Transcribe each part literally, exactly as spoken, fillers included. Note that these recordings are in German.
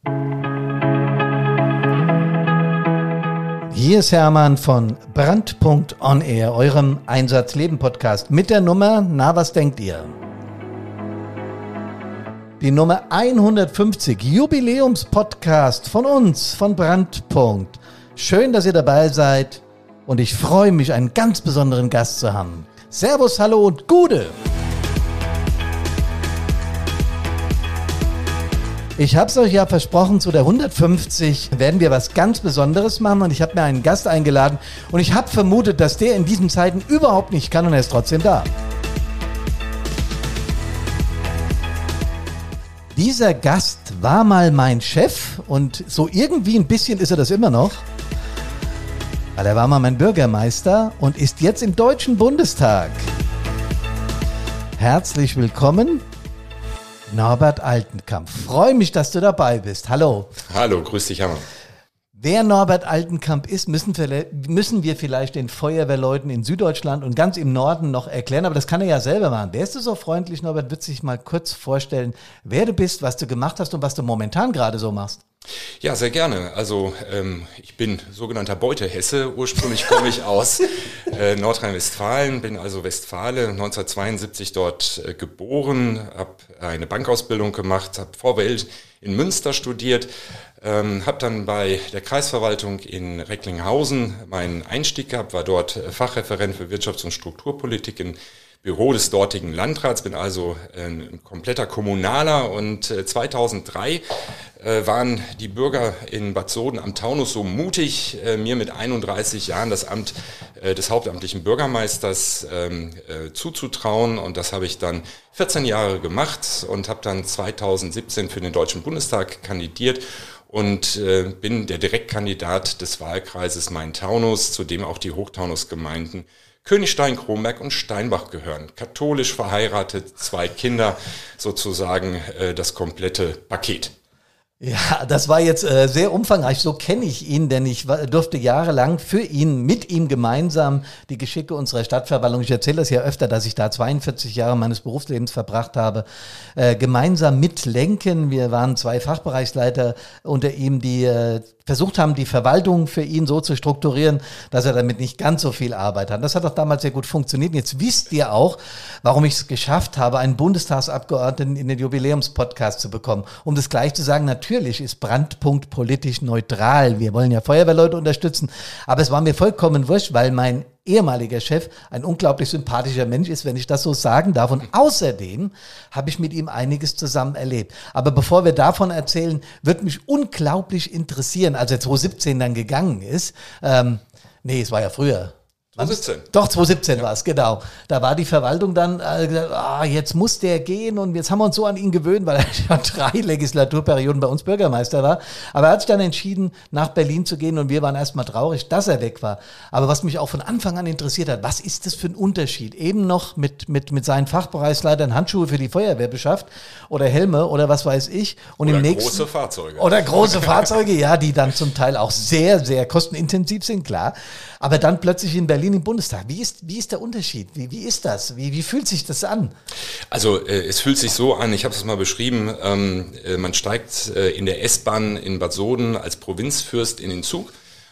Hier ist Hermann von Brandpunkt On Air, eurem Einsatzleben-Podcast mit der Nummer, na, was denkt ihr? Die Nummer hundertfünfzig, Jubiläums-Podcast von uns, von Brandpunkt. Schön, dass ihr dabei seid und ich freue mich, einen ganz besonderen Gast zu haben. Servus, hallo und Gude! Ich habe es euch ja versprochen, zu der hundertfünfzig werden wir was ganz Besonderes machen und ich habe mir einen Gast eingeladen und ich habe vermutet, dass der in diesen Zeiten überhaupt nicht kann und er ist trotzdem da. Dieser Gast war mal mein Chef und so irgendwie ein bisschen ist er das immer noch, weil er war mal mein Bürgermeister und ist jetzt im Deutschen Bundestag. Herzlich willkommen, Norbert Altenkamp. Freue mich, dass du dabei bist. Hallo. Hallo, grüß dich, Hammer. Wer Norbert Altenkamp ist, müssen wir, müssen wir vielleicht den Feuerwehrleuten in Süddeutschland und ganz im Norden noch erklären, aber das kann er ja selber machen. Wärst du so freundlich, Norbert, wird sich mal kurz vorstellen, wer du bist, was du gemacht hast und was du momentan gerade so machst? Ja, sehr gerne. Also ähm, ich bin sogenannter Beutehesse. Ursprünglich komme ich aus äh, Nordrhein-Westfalen, bin also Westfale, neunzehnhundertzweiundsiebzig dort äh, geboren, habe eine Bankausbildung gemacht, habe V W L in Münster studiert, ähm, habe dann bei der Kreisverwaltung in Recklinghausen meinen Einstieg gehabt, war dort äh, Fachreferent für Wirtschafts- und Strukturpolitik in Büro des dortigen Landrats, bin also ein kompletter Kommunaler und zweitausenddrei äh, waren die Bürger in Bad Soden am Taunus so mutig, äh, mir mit einunddreißig Jahren das Amt äh, des hauptamtlichen Bürgermeisters ähm, äh, zuzutrauen und das habe ich dann vierzehn Jahre gemacht und habe dann zweitausendsiebzehn für den Deutschen Bundestag kandidiert und äh, bin der Direktkandidat des Wahlkreises Main-Taunus, zu dem auch die Hochtaunusgemeinden Königstein, Kronberg und Steinbach gehören. Katholisch verheiratet, zwei Kinder, sozusagen äh, das komplette Paket. Ja, das war jetzt äh, sehr umfangreich. So kenne ich ihn, denn ich war, durfte jahrelang für ihn, mit ihm gemeinsam die Geschicke unserer Stadtverwaltung, ich erzähle das ja öfter, dass ich da zweiundvierzig Jahre meines Berufslebens verbracht habe, äh, gemeinsam mitlenken. Wir waren zwei Fachbereichsleiter unter ihm, die äh, versucht haben, die Verwaltung für ihn so zu strukturieren, dass er damit nicht ganz so viel Arbeit hat. Das hat auch damals sehr gut funktioniert. Und jetzt wisst ihr auch, warum ich es geschafft habe, einen Bundestagsabgeordneten in den Jubiläumspodcast zu bekommen. Um das gleich zu sagen, natürlich ist Brandpunkt politisch neutral. Wir wollen ja Feuerwehrleute unterstützen. Aber es war mir vollkommen wurscht, weil mein ehemaliger Chef ein unglaublich sympathischer Mensch ist, wenn ich das so sagen darf. Und außerdem habe ich mit ihm einiges zusammen erlebt. Aber bevor wir davon erzählen, wird mich unglaublich interessieren, als er zweitausendsiebzehn dann gegangen ist. Ähm, nee, es war ja früher. zweitausendsiebzehn. Doch, zweitausendsiebzehn ja. war es, genau. Da war die Verwaltung dann äh, gesagt, ah, jetzt muss der gehen und jetzt haben wir uns so an ihn gewöhnt, weil er schon drei Legislaturperioden bei uns Bürgermeister war. Aber er hat sich dann entschieden, nach Berlin zu gehen und wir waren erstmal traurig, dass er weg war. Aber was mich auch von Anfang an interessiert hat, was ist das für ein Unterschied? Eben noch mit, mit, mit seinen Fachbereichsleitern Handschuhe für die Feuerwehr beschafft oder Helme oder was weiß ich. Und oder im nächsten, große Fahrzeuge. Oder große Fahrzeuge, ja, die dann zum Teil auch sehr, sehr kostenintensiv sind, klar. Aber dann plötzlich in Berlin im Bundestag. Wie ist, wie ist der Unterschied? Wie, wie ist das? Wie, wie fühlt sich das an? Also äh, es fühlt sich so an, ich habe es mal beschrieben, ähm, äh, man steigt äh, in der S-Bahn in Bad Soden als Provinzfürst in den Zug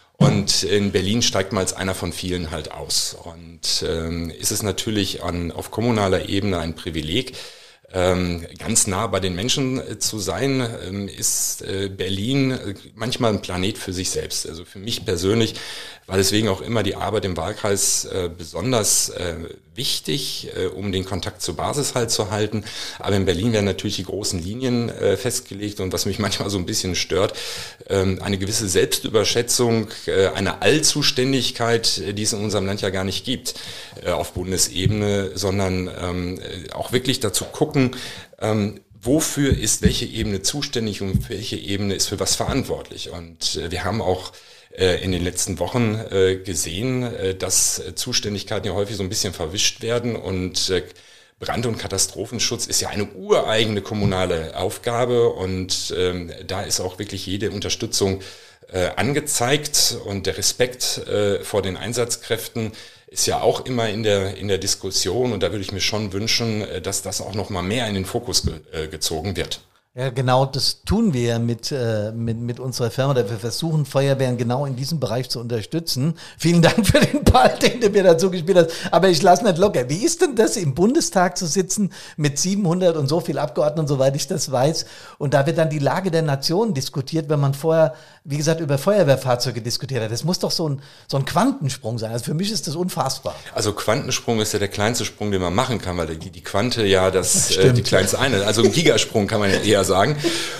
und in Berlin steigt man als einer von vielen halt aus. Und ähm, ist es natürlich an, auf kommunaler Ebene ein Privileg, Ähm, ganz nah bei den Menschen äh, zu sein, ähm, ist äh, Berlin äh, manchmal ein Planet für sich selbst. Also für mich persönlich war deswegen auch immer die Arbeit im Wahlkreis äh, besonders äh, wichtig, äh, um den Kontakt zur Basis halt zu halten. Aber in Berlin werden natürlich die großen Linien äh, festgelegt und was mich manchmal so ein bisschen stört, äh, eine gewisse Selbstüberschätzung, äh, eine Allzuständigkeit, äh, die es in unserem Land ja gar nicht gibt äh, auf Bundesebene, sondern ähm, auch wirklich dazu gucken, Ähm, wofür ist welche Ebene zuständig und welche Ebene ist für was verantwortlich. Und äh, wir haben auch äh, in den letzten Wochen äh, gesehen, äh, dass äh, Zuständigkeiten ja häufig so ein bisschen verwischt werden und äh, Brand- und Katastrophenschutz ist ja eine ureigene kommunale Aufgabe und ähm, da ist auch wirklich jede Unterstützung äh, angezeigt und der Respekt äh, vor den Einsatzkräften ist ja auch immer in der in der Diskussion und da würde ich mir schon wünschen, dass das auch noch mal mehr in den Fokus ge, äh, gezogen wird. Ja, genau, das tun wir mit, äh, mit, mit unserer Firma. Wir versuchen, Feuerwehren genau in diesem Bereich zu unterstützen. Vielen Dank für den Ball, den du mir dazu gespielt hast. Aber ich lasse nicht locker. Wie ist denn das, im Bundestag zu sitzen mit siebenhundert und so viel Abgeordneten, soweit ich das weiß? Und da wird dann die Lage der Nation diskutiert, wenn man vorher, wie gesagt, über Feuerwehrfahrzeuge diskutiert hat. Das muss doch so ein, so ein Quantensprung sein. Also für mich ist das unfassbar. Also Quantensprung ist ja der kleinste Sprung, den man machen kann, weil die, die Quante ja das, das äh, die kleinste Einheit. Also ein Gigasprung kann man ja eher sagen.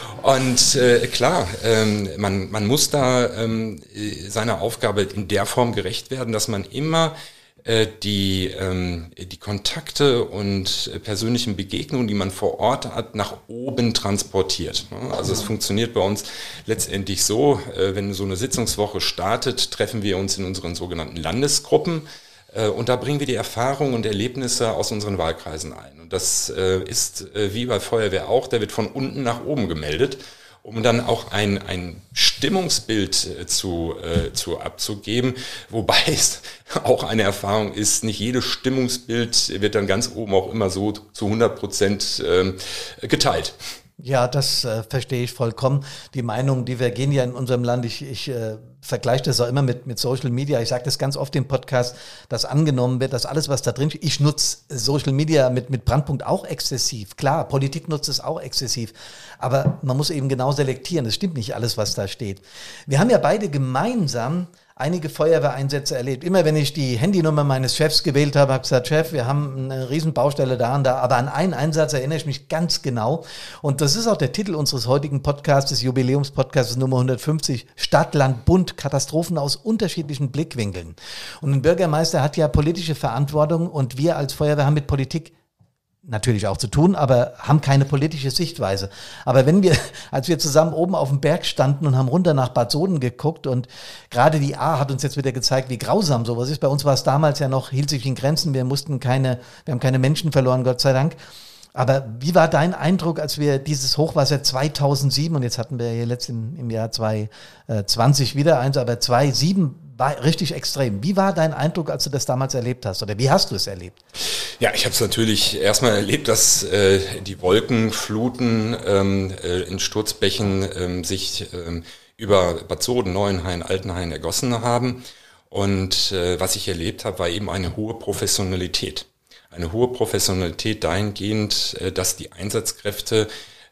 Und äh, klar, ähm, man, man muss da ähm, seiner Aufgabe in der Form gerecht werden, dass man immer äh, die, ähm, die Kontakte und äh, persönlichen Begegnungen, die man vor Ort hat, nach oben transportiert. Also es funktioniert bei uns letztendlich so, äh, wenn so eine Sitzungswoche startet, treffen wir uns in unseren sogenannten Landesgruppen. Und da bringen wir die Erfahrungen und Erlebnisse aus unseren Wahlkreisen ein. Und das äh, ist äh, wie bei Feuerwehr auch, der wird von unten nach oben gemeldet, um dann auch ein, ein Stimmungsbild äh, zu, äh, zu abzugeben. Wobei es auch eine Erfahrung ist, nicht jedes Stimmungsbild wird dann ganz oben auch immer so zu hundert Prozent äh, geteilt. Ja, das äh, verstehe ich vollkommen. Die Meinungen divergieren ja in unserem Land. Ich, ich äh, vergleiche das auch immer mit, mit Social Media. Ich sage das ganz oft im Podcast, dass angenommen wird, dass alles, was da drin steht, ich nutze Social Media mit, mit Brandpunkt auch exzessiv. Klar, Politik nutzt es auch exzessiv. Aber man muss eben genau selektieren. Es stimmt nicht alles, was da steht. Wir haben ja beide gemeinsam einige Feuerwehreinsätze erlebt. Immer wenn ich die Handynummer meines Chefs gewählt habe, habe ich gesagt, Chef, wir haben eine riesen Baustelle da und da, aber an einen Einsatz erinnere ich mich ganz genau. Und das ist auch der Titel unseres heutigen Podcasts, des Jubiläumspodcasts Nummer hundertfünfzig, Stadt, Land, Bund, Katastrophen aus unterschiedlichen Blickwinkeln. Und ein Bürgermeister hat ja politische Verantwortung und wir als Feuerwehr haben mit Politik natürlich auch zu tun, aber haben keine politische Sichtweise. Aber wenn wir, als wir zusammen oben auf dem Berg standen und haben runter nach Bad Soden geguckt und gerade die A hat uns jetzt wieder gezeigt, wie grausam sowas ist. Bei uns war es damals ja noch, hielt sich in Grenzen, wir mussten keine, wir haben keine Menschen verloren, Gott sei Dank. Aber wie war dein Eindruck, als wir dieses Hochwasser zweitausendsieben, und jetzt hatten wir hier letztens im Jahr zweitausendzwanzig wieder eins, aber zweitausendsieben war richtig extrem. Wie war dein Eindruck, als du das damals erlebt hast? Oder wie hast du es erlebt? Ja, ich habe es natürlich erstmal erlebt, dass äh, die Wolkenfluten ähm, äh, in Sturzbächen ähm, sich ähm, über Bad Soden, Neuenhain, Altenhain ergossen haben. Und äh, was ich erlebt habe, war eben eine hohe Professionalität. Eine hohe Professionalität dahingehend, äh, dass die Einsatzkräfte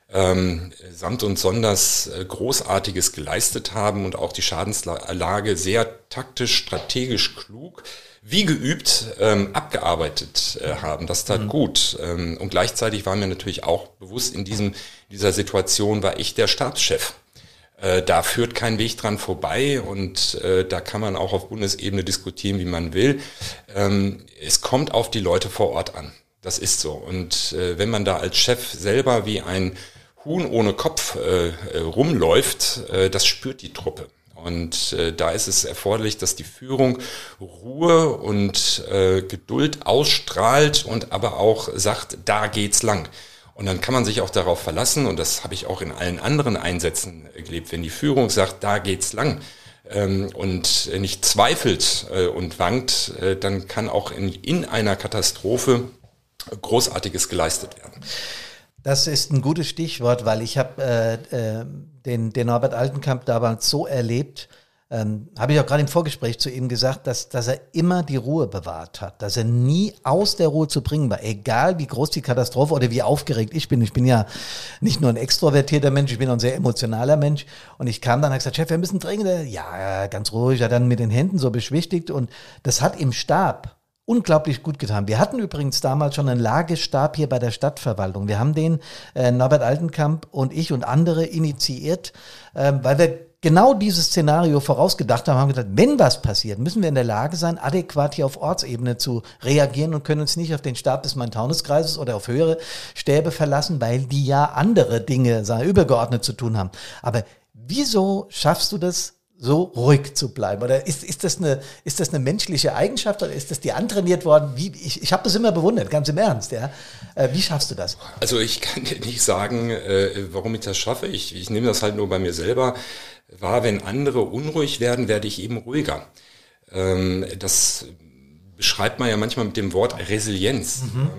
Ähm, samt und sonders äh, Großartiges geleistet haben und auch die Schadenslage sehr taktisch, strategisch klug, wie geübt, ähm, abgearbeitet äh, haben. Das tat mhm. gut. Ähm, und gleichzeitig war mir natürlich auch bewusst, in diesem, dieser Situation war ich der Stabschef. Äh, da führt kein Weg dran vorbei und äh, da kann man auch auf Bundesebene diskutieren, wie man will. Ähm, es kommt auf die Leute vor Ort an. Das ist so. Und äh, wenn man da als Chef selber wie ein Huhn ohne Kopf äh, rumläuft, äh, das spürt die Truppe. Und äh, da ist es erforderlich, dass die Führung Ruhe und äh, Geduld ausstrahlt und aber auch sagt, da geht's lang. Und dann kann man sich auch darauf verlassen, und das habe ich auch in allen anderen Einsätzen gelebt, wenn die Führung sagt, da geht's lang ähm, und nicht zweifelt äh, und wankt, äh, dann kann auch in, in einer Katastrophe Großartiges geleistet werden. Das ist ein gutes Stichwort, weil ich habe äh, äh, den, den Norbert Altenkamp damals so erlebt, ähm, habe ich auch gerade im Vorgespräch zu ihm gesagt, dass, dass er immer die Ruhe bewahrt hat, dass er nie aus der Ruhe zu bringen war, egal wie groß die Katastrophe oder wie aufgeregt ich bin. Ich bin ja nicht nur ein extrovertierter Mensch, ich bin auch ein sehr emotionaler Mensch. Und ich kam dann und habe gesagt, Chef, wir müssen dringend, ja, ganz ruhig, er hat dann mit den Händen so beschwichtigt und das hat im Stab unglaublich gut getan. Wir hatten übrigens damals schon einen Lagestab hier bei der Stadtverwaltung. Wir haben den, äh, Norbert Altenkamp und ich und andere initiiert, äh, weil wir genau dieses Szenario vorausgedacht haben, haben gedacht, wenn was passiert, müssen wir in der Lage sein, adäquat hier auf Ortsebene zu reagieren und können uns nicht auf den Stab des Main-Taunus-Kreises oder auf höhere Stäbe verlassen, weil die ja andere Dinge, sagen wir, übergeordnet zu tun haben. Aber wieso schaffst du das, so ruhig zu bleiben? Oder ist, ist, das eine, ist das eine menschliche Eigenschaft oder ist das dir antrainiert worden? Wie, ich ich habe das immer bewundert, ganz im Ernst. Ja? Äh, wie schaffst du das? Also ich kann dir nicht sagen, äh, warum ich das schaffe. Ich, ich nehme das halt nur bei mir selber wahr. Wenn andere unruhig werden, werde ich eben ruhiger. Ähm, das beschreibt man ja manchmal mit dem Wort Resilienz. Mhm.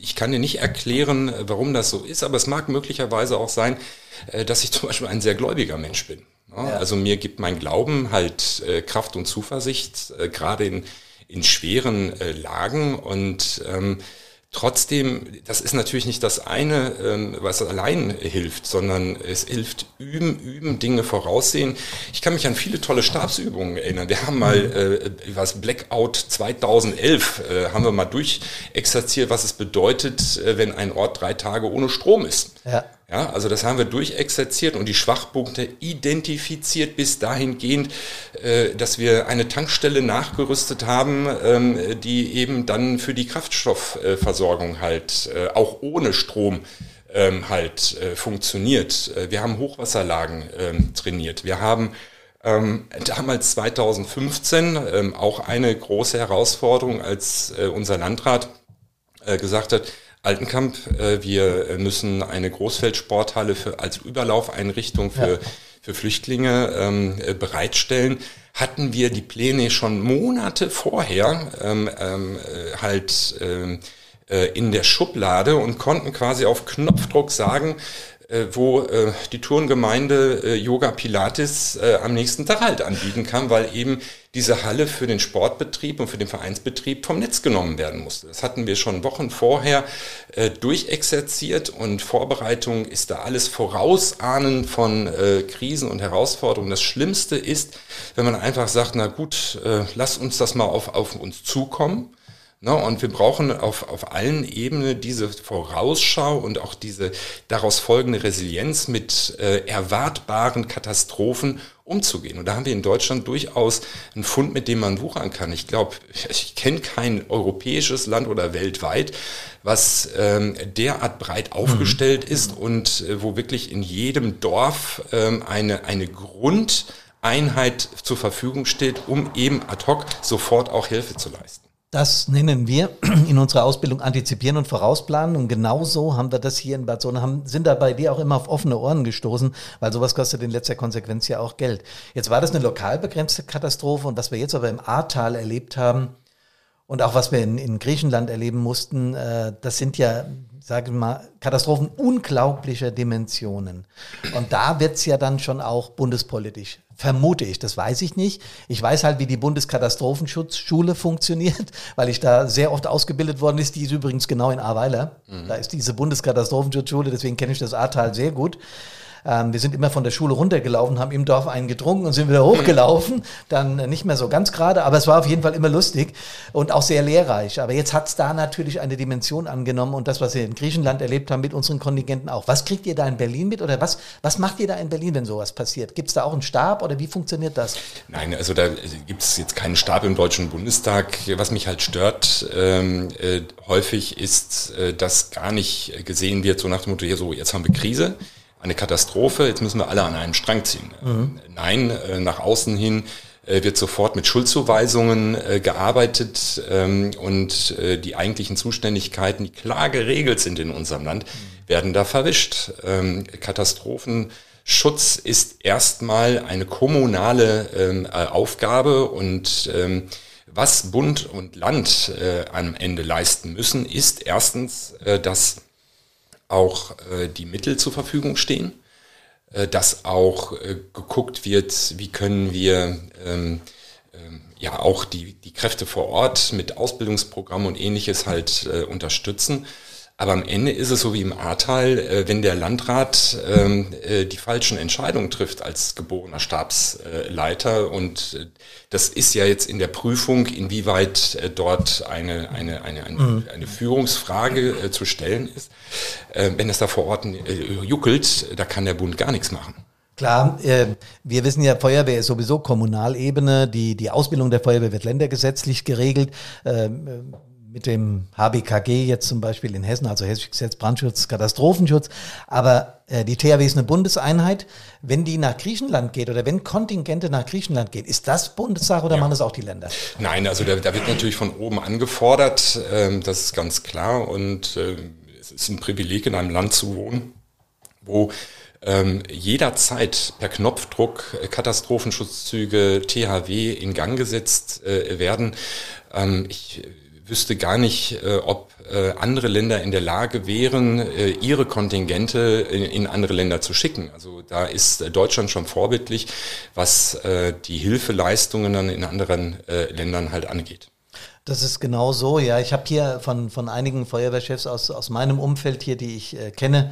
ich kann dir nicht erklären, warum das so ist, aber es mag möglicherweise auch sein, dass ich zum Beispiel ein sehr gläubiger Mensch bin. Ja. Also mir gibt mein Glauben halt Kraft und Zuversicht, gerade in, in schweren Lagen und ähm, trotzdem, das ist natürlich nicht das eine, was allein hilft, sondern es hilft üben, üben, Dinge voraussehen. Ich kann mich an viele tolle Stabsübungen erinnern. Wir haben mal, äh, was Blackout zweitausendelf, äh, haben wir mal durchexerziert, was es bedeutet, äh, wenn ein Ort drei Tage ohne Strom ist. Ja. Ja, also das haben wir durchexerziert und die Schwachpunkte identifiziert bis dahingehend, äh, dass wir eine Tankstelle nachgerüstet haben, ähm, die eben dann für die Kraftstoffversorgung halt äh, auch ohne Strom ähm, halt äh, funktioniert. Wir haben Hochwasserlagen ähm, trainiert. Wir haben ähm, damals zweitausendfünfzehn ähm, auch eine große Herausforderung, als äh, unser Landrat äh, gesagt hat, Altenkamp, wir müssen eine Großfeldsporthalle für, als Überlaufeinrichtung für, ja. für Flüchtlinge ähm, bereitstellen. Hatten wir die Pläne schon Monate vorher ähm, ähm, halt ähm, äh, in der Schublade und konnten quasi auf Knopfdruck sagen, äh, wo äh, die Turngemeinde äh, Yoga Pilates äh, am nächsten Tag halt anbieten kann, weil eben diese Halle für den Sportbetrieb und für den Vereinsbetrieb vom Netz genommen werden musste. Das hatten wir schon Wochen vorher äh, durchexerziert und Vorbereitung ist da alles Vorausahnen von äh, Krisen und Herausforderungen. Das Schlimmste ist, wenn man einfach sagt, na gut, äh, lass uns das mal auf, auf uns zukommen. No, und wir brauchen auf, auf allen Ebenen diese Vorausschau und auch diese daraus folgende Resilienz mit äh, erwartbaren Katastrophen umzugehen. Und da haben wir in Deutschland durchaus einen Fund, mit dem man wuchern kann. Ich glaube, ich kenne kein europäisches Land oder weltweit, was ähm, derart breit aufgestellt mhm. ist und äh, wo wirklich in jedem Dorf ähm, eine, eine Grundeinheit zur Verfügung steht, um eben ad hoc sofort auch Hilfe zu leisten. Das nennen wir in unserer Ausbildung Antizipieren und Vorausplanen und genauso haben wir das hier in Bad Sohn, haben, sind da bei dir auch immer auf offene Ohren gestoßen, weil sowas kostet in letzter Konsequenz ja auch Geld. Jetzt war das eine lokal begrenzte Katastrophe und was wir jetzt aber im Ahrtal erlebt haben und auch was wir in, in Griechenland erleben mussten, äh, das sind ja, sage ich mal, Katastrophen unglaublicher Dimensionen. Und da wird's ja dann schon auch bundespolitisch. Vermute ich, das weiß ich nicht. Ich weiß halt, wie die Bundeskatastrofenschutzschule funktioniert, weil ich da sehr oft ausgebildet worden ist. Die ist übrigens genau in Ahrweiler. Mhm. Da ist diese Bundeskatastrofenschutzschule, deswegen kenne ich das Ahrtal sehr gut. Ähm, wir sind immer von der Schule runtergelaufen, haben im Dorf einen getrunken und sind wieder hochgelaufen. Dann äh, nicht mehr so ganz gerade, aber es war auf jeden Fall immer lustig und auch sehr lehrreich. Aber jetzt hat es da natürlich eine Dimension angenommen und das, was wir in Griechenland erlebt haben mit unseren Kontingenten auch. Was kriegt ihr da in Berlin mit oder was, was macht ihr da in Berlin, wenn sowas passiert? Gibt es da auch einen Stab oder wie funktioniert das? Nein, also da gibt es jetzt keinen Stab im Deutschen Bundestag. Was mich halt stört ähm, äh, häufig ist, äh, dass gar nicht gesehen wird, so nach dem Motto, hier so, jetzt haben wir Krise. Eine Katastrophe, jetzt müssen wir alle an einem Strang ziehen. Mhm. Nein, nach außen hin wird sofort mit Schuldzuweisungen gearbeitet und die eigentlichen Zuständigkeiten, die klar geregelt sind in unserem Land, werden da verwischt. Katastrophenschutz ist erstmal eine kommunale Aufgabe und was Bund und Land am Ende leisten müssen, ist erstens, dass auch äh, die Mittel zur Verfügung stehen, äh, dass auch äh, geguckt wird, wie können wir ähm, ähm, ja auch die, die Kräfte vor Ort mit Ausbildungsprogrammen und Ähnliches halt äh, unterstützen. Aber am Ende ist es so wie im Ahrtal, äh, wenn der Landrat ähm, äh, die falschen Entscheidungen trifft als geborener Stabsleiter und äh, das ist ja jetzt in der Prüfung, inwieweit äh, dort eine, eine, eine, eine, mhm. eine Führungsfrage äh, zu stellen ist. Äh, wenn es da vor Ort äh, juckelt, da kann der Bund gar nichts machen. Klar, äh, wir wissen ja, Feuerwehr ist sowieso Kommunalebene, die, die Ausbildung der Feuerwehr wird ländergesetzlich geregelt. Äh, mit dem H B K G jetzt zum Beispiel in Hessen, also Hessisches Gesetz Brandschutz, Katastrophenschutz. Aber äh, die T H W ist eine Bundeseinheit. Wenn die nach Griechenland geht oder wenn Kontingente nach Griechenland gehen, ist das Bundessache oder ja. machen das auch die Länder? Nein, also da, da wird natürlich von oben angefordert, ähm, das ist ganz klar. Und äh, es ist ein Privileg, in einem Land zu wohnen, wo ähm, jederzeit per Knopfdruck äh, Katastrophenschutzzüge T H W in Gang gesetzt äh, werden. Ähm, ich wüsste gar nicht, äh, ob äh, andere Länder in der Lage wären, äh, ihre Kontingente in, in andere Länder zu schicken. Also da ist äh, Deutschland schon vorbildlich, was äh, die Hilfeleistungen dann in anderen äh, Ländern halt angeht. Das ist genau so, ja. Ich habe hier von, von einigen Feuerwehrchefs aus, aus meinem Umfeld hier, die ich äh, kenne,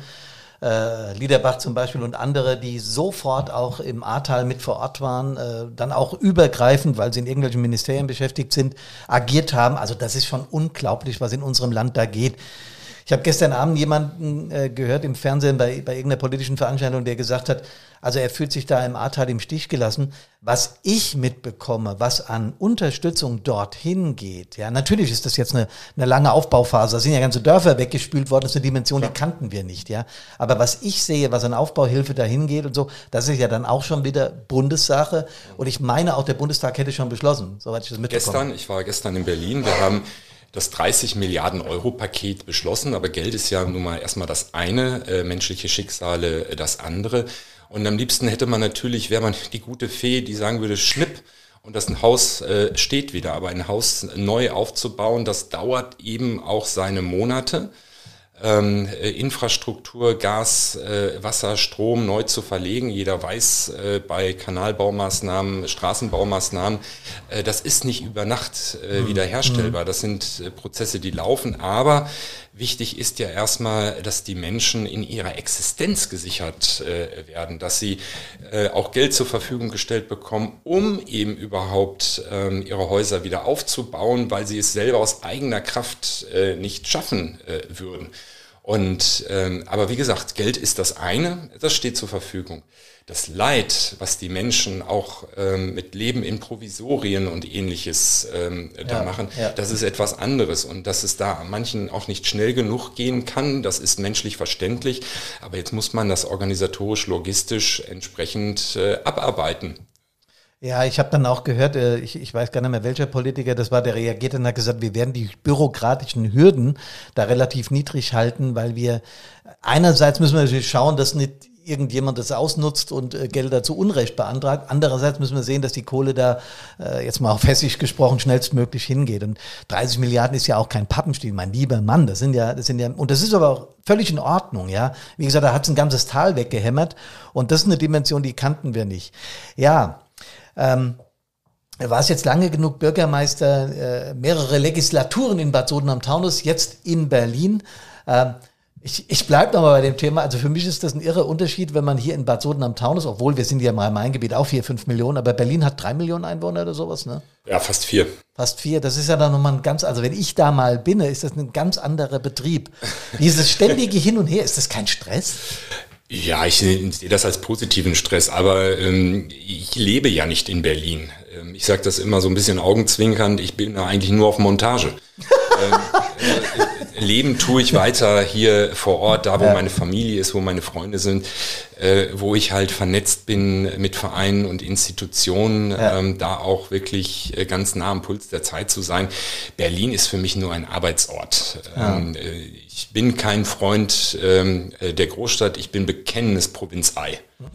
Äh, Liederbach zum Beispiel und andere, die sofort auch im Ahrtal mit vor Ort waren, äh, dann auch übergreifend, weil sie in irgendwelchen Ministerien beschäftigt sind, agiert haben. Also das ist schon unglaublich, was in unserem Land da geht. Ich habe gestern Abend jemanden äh, gehört im Fernsehen bei, bei irgendeiner politischen Veranstaltung, der gesagt hat, also er fühlt sich da im Ahrtal im Stich gelassen. Was ich mitbekomme, was an Unterstützung dorthin geht, ja, natürlich ist das jetzt eine, eine lange Aufbauphase, da sind ja ganze Dörfer weggespült worden, das ist eine Dimension, die kannten wir nicht, ja. Aber was ich sehe, was an Aufbauhilfe dahin geht und so, das ist ja dann auch schon wieder Bundessache und ich meine auch, der Bundestag hätte schon beschlossen, soweit ich das mitbekomme. Gestern, ich war gestern in Berlin, wir haben das dreißig Milliarden Euro Paket beschlossen, aber Geld ist ja nun mal erstmal das eine, äh, menschliche Schicksale äh, das andere. Und am liebsten hätte man natürlich, wäre man die gute Fee, die sagen würde, schnipp, und das ein Haus äh, steht wieder. Aber ein Haus neu aufzubauen, das dauert eben auch seine Monate. Ähm, äh, Infrastruktur, Gas, äh, Wasser, Strom neu zu verlegen. Jeder weiß, äh, bei Kanalbaumaßnahmen, Straßenbaumaßnahmen, äh, das ist nicht über Nacht äh, wiederherstellbar. Das sind äh, Prozesse, die laufen. Aber wichtig ist ja erstmal, dass die Menschen in ihrer Existenz gesichert äh, werden, dass sie äh, auch Geld zur Verfügung gestellt bekommen, um eben überhaupt ähm, ihre Häuser wieder aufzubauen, weil sie es selber aus eigener Kraft äh, nicht schaffen äh, würden. Und ähm, aber wie gesagt, Geld ist das eine, das steht zur Verfügung. Das Leid, was die Menschen auch ähm, mit Leben in Provisorien und Ähnliches ähm, da ja, machen, ja. das ist etwas anderes. Und dass es da manchen auch nicht schnell genug gehen kann, das ist menschlich verständlich. Aber jetzt muss man das organisatorisch, logistisch entsprechend äh, abarbeiten. Ja, ich habe dann auch gehört, äh, ich, ich weiß gar nicht mehr, welcher Politiker das war, der reagiert und hat gesagt, wir werden die bürokratischen Hürden da relativ niedrig halten, weil wir einerseits müssen wir natürlich schauen, dass nicht irgendjemand das ausnutzt und äh, Gelder zu Unrecht beantragt. Andererseits müssen wir sehen, dass die Kohle da, äh, jetzt mal auf Hessisch gesprochen, schnellstmöglich hingeht. Und dreißig Milliarden ist ja auch kein Pappenstiel, mein lieber Mann. Das sind ja, das sind ja, und das ist aber auch völlig in Ordnung, ja. Wie gesagt, da hat es ein ganzes Tal weggehämmert und das ist eine Dimension, die kannten wir nicht. Ja, ähm, er war es jetzt lange genug Bürgermeister, äh, mehrere Legislaturen in Bad Soden am Taunus, jetzt in Berlin. Ähm, Ich, ich bleibe nochmal bei dem Thema. Also für mich ist das ein irrer Unterschied, wenn man hier in Bad Soden am Taunus, obwohl wir sind ja im Rhein-Main-Gebiet auch vier, fünf Millionen, aber Berlin hat drei Millionen Einwohner oder sowas, ne? Ja, fast vier. Fast vier. Das ist ja dann nochmal ein ganz, also wenn ich da mal bin, ist das ein ganz anderer Betrieb. Dieses ständige Hin und Her, ist das kein Stress? Ja, ich sehe das als positiven Stress, aber ähm, ich lebe ja nicht in Berlin. Ähm, ich sage das immer so ein bisschen augenzwinkernd, ich bin da eigentlich nur auf Montage. ähm, äh, leben tue ich weiter hier vor Ort, da wo ja. meine Familie ist, wo meine Freunde sind, äh, wo ich halt vernetzt bin mit Vereinen und Institutionen, ja. ähm, da auch wirklich äh, ganz nah am Puls der Zeit zu sein. Berlin ist für mich nur ein Arbeitsort. Ja. Ähm, äh, ich bin kein Freund ähm, der Großstadt, ich bin bekennendes Provinzei.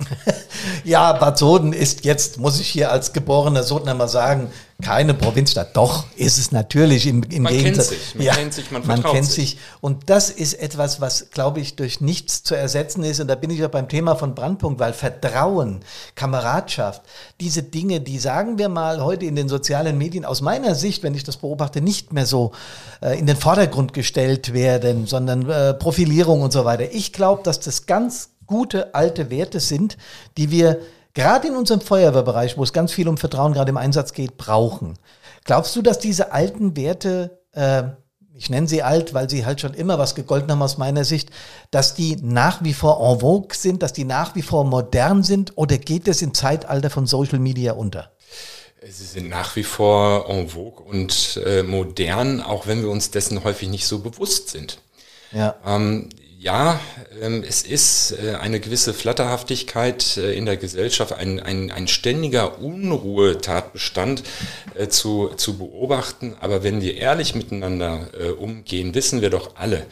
Ja, Bad Soden ist jetzt, muss ich hier als geborener Sodener mal sagen, keine Provinzstadt. Doch, ist es natürlich im, im man Gegensatz. Kennt sich, man ja, kennt sich, man man vertraut kennt sich. sich. Und das ist etwas, was, glaube ich, durch nichts zu ersetzen ist. Und da bin ich ja beim Thema von Brandpunkt, weil Vertrauen, Kameradschaft, diese Dinge, die, sagen wir mal, heute in den sozialen Medien aus meiner Sicht, wenn ich das beobachte, nicht mehr so äh, in den Vordergrund gestellt werden, sondern äh, Profilierung und so weiter. Ich glaube, dass das ganz gute alte Werte sind, die wir gerade in unserem Feuerwehrbereich, wo es ganz viel um Vertrauen gerade im Einsatz geht, brauchen. Glaubst du, dass diese alten Werte, äh, ich nenne sie alt, weil sie halt schon immer was gegolten haben aus meiner Sicht, dass die nach wie vor en vogue sind, dass die nach wie vor modern sind, oder geht es im Zeitalter von Social Media unter? Sie sind nach wie vor en vogue und äh, modern, auch wenn wir uns dessen häufig nicht so bewusst sind. Ja. Ähm, Ja, ähm, es ist äh, eine gewisse Flatterhaftigkeit äh, in der Gesellschaft, ein, ein, ein ständiger Unruhetatbestand äh, zu, zu beobachten. Aber wenn wir ehrlich miteinander äh, umgehen, wissen wir doch alle,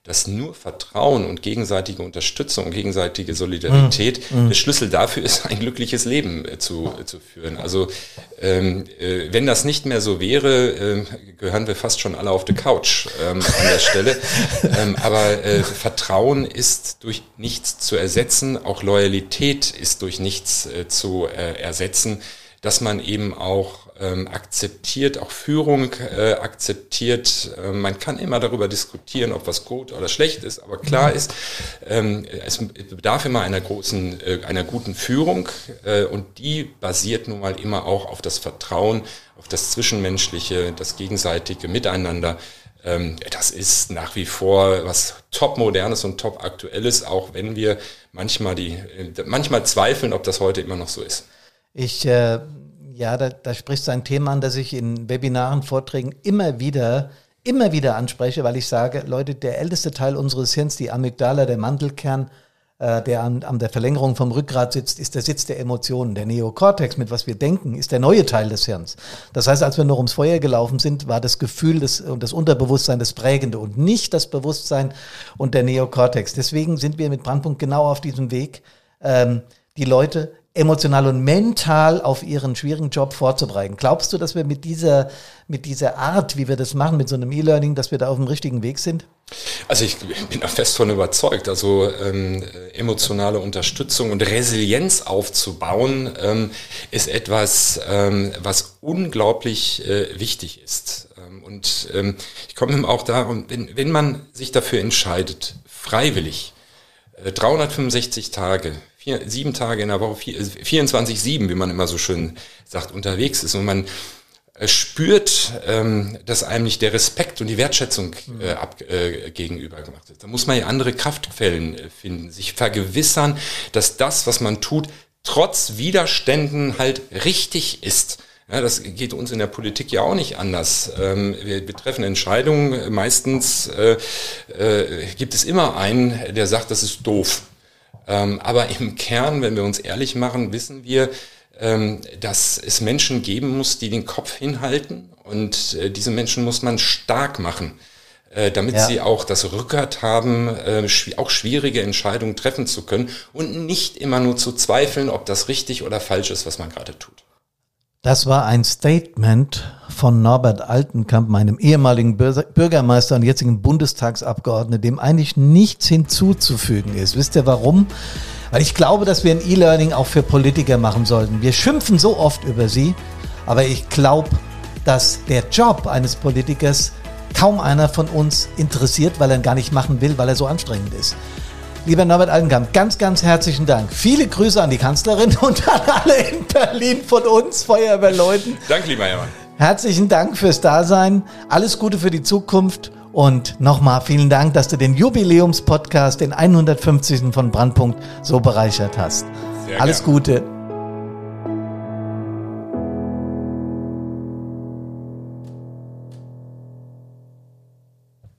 dass nur Vertrauen und gegenseitige Unterstützung und gegenseitige Solidarität mhm. der Schlüssel dafür ist, ein glückliches Leben äh, zu, äh, zu führen. Also ähm, äh, wenn das nicht mehr so wäre, äh, gehören wir fast schon alle auf die Couch ähm, an der Stelle. ähm, aber äh, Vertrauen ist durch nichts zu ersetzen, auch Loyalität ist durch nichts äh, zu äh, ersetzen, dass man eben auch ähm, akzeptiert, auch Führung äh, akzeptiert. Äh, man kann immer darüber diskutieren, ob was gut oder schlecht ist, aber klar ist, ähm, es bedarf immer einer großen, äh, einer guten Führung äh, und die basiert nun mal immer auch auf das Vertrauen, auf das Zwischenmenschliche, das gegenseitige Miteinander. Ähm, das ist nach wie vor was top modernes und top aktuelles, auch wenn wir manchmal die, äh, manchmal zweifeln, ob das heute immer noch so ist. Ich, äh, ja, da, da sprichst du ein Thema an, das ich in Webinaren, Vorträgen immer wieder, immer wieder anspreche, weil ich sage, Leute, der älteste Teil unseres Hirns, die Amygdala, der Mandelkern, äh, der an, an der Verlängerung vom Rückgrat sitzt, ist der Sitz der Emotionen. Der Neokortex, mit was wir denken, ist der neue Teil des Hirns. Das heißt, als wir noch ums Feuer gelaufen sind, war das Gefühl des, und das Unterbewusstsein das Prägende und nicht das Bewusstsein und der Neokortex. Deswegen sind wir mit Brandpunkt genau auf diesem Weg, ähm, die Leute emotional und mental auf ihren schwierigen Job vorzubereiten. Glaubst du, dass wir mit dieser, mit dieser Art, wie wir das machen, mit so einem E-Learning, dass wir da auf dem richtigen Weg sind? Also ich bin da fest von überzeugt. Also ähm, emotionale Unterstützung und Resilienz aufzubauen, ähm, ist etwas, ähm, was unglaublich äh, wichtig ist. Ähm, und ähm, ich komme eben auch darum, wenn, wenn man sich dafür entscheidet, freiwillig, äh, dreihundertfünfundsechzig Tage, Vier, sieben Tage in der Woche, vierundzwanzig sieben, wie man immer so schön sagt, unterwegs ist und man äh, spürt, ähm, dass einem nicht der Respekt und die Wertschätzung äh, ab, äh, gegenüber gemacht wird. Da muss man ja andere Kraftquellen äh, finden, sich vergewissern, dass das, was man tut, trotz Widerständen halt richtig ist. Ja, das geht uns in der Politik ja auch nicht anders. Ähm, wir, wir treffen Entscheidungen, meistens äh, äh, gibt es immer einen, der sagt, das ist doof. Ähm, aber im Kern, wenn wir uns ehrlich machen, wissen wir, ähm, dass es Menschen geben muss, die den Kopf hinhalten und äh, diese Menschen muss man stark machen, äh, damit ja. sie auch das Rückgrat haben, äh, schw- auch schwierige Entscheidungen treffen zu können und nicht immer nur zu zweifeln, ob das richtig oder falsch ist, was man gerade tut. Das war ein Statement von Norbert Altenkamp, meinem ehemaligen Bürgermeister und jetzigen Bundestagsabgeordneten, dem eigentlich nichts hinzuzufügen ist. Wisst ihr warum? Weil ich glaube, dass wir ein E-Learning auch für Politiker machen sollten. Wir schimpfen so oft über sie, aber ich glaube, dass der Job eines Politikers kaum einer von uns interessiert, weil er ihn gar nicht machen will, weil er so anstrengend ist. Lieber Norbert Altenkamp, ganz, ganz herzlichen Dank. Viele Grüße an die Kanzlerin und an alle in Berlin von uns, Feuerwehrleuten. Danke, lieber Hermann. Herzlichen Dank fürs Dasein. Alles Gute für die Zukunft. Und nochmal vielen Dank, dass du den Jubiläumspodcast, den hundertfünfzigsten von Brandpunkt, so bereichert hast. Sehr Alles gern. Gute.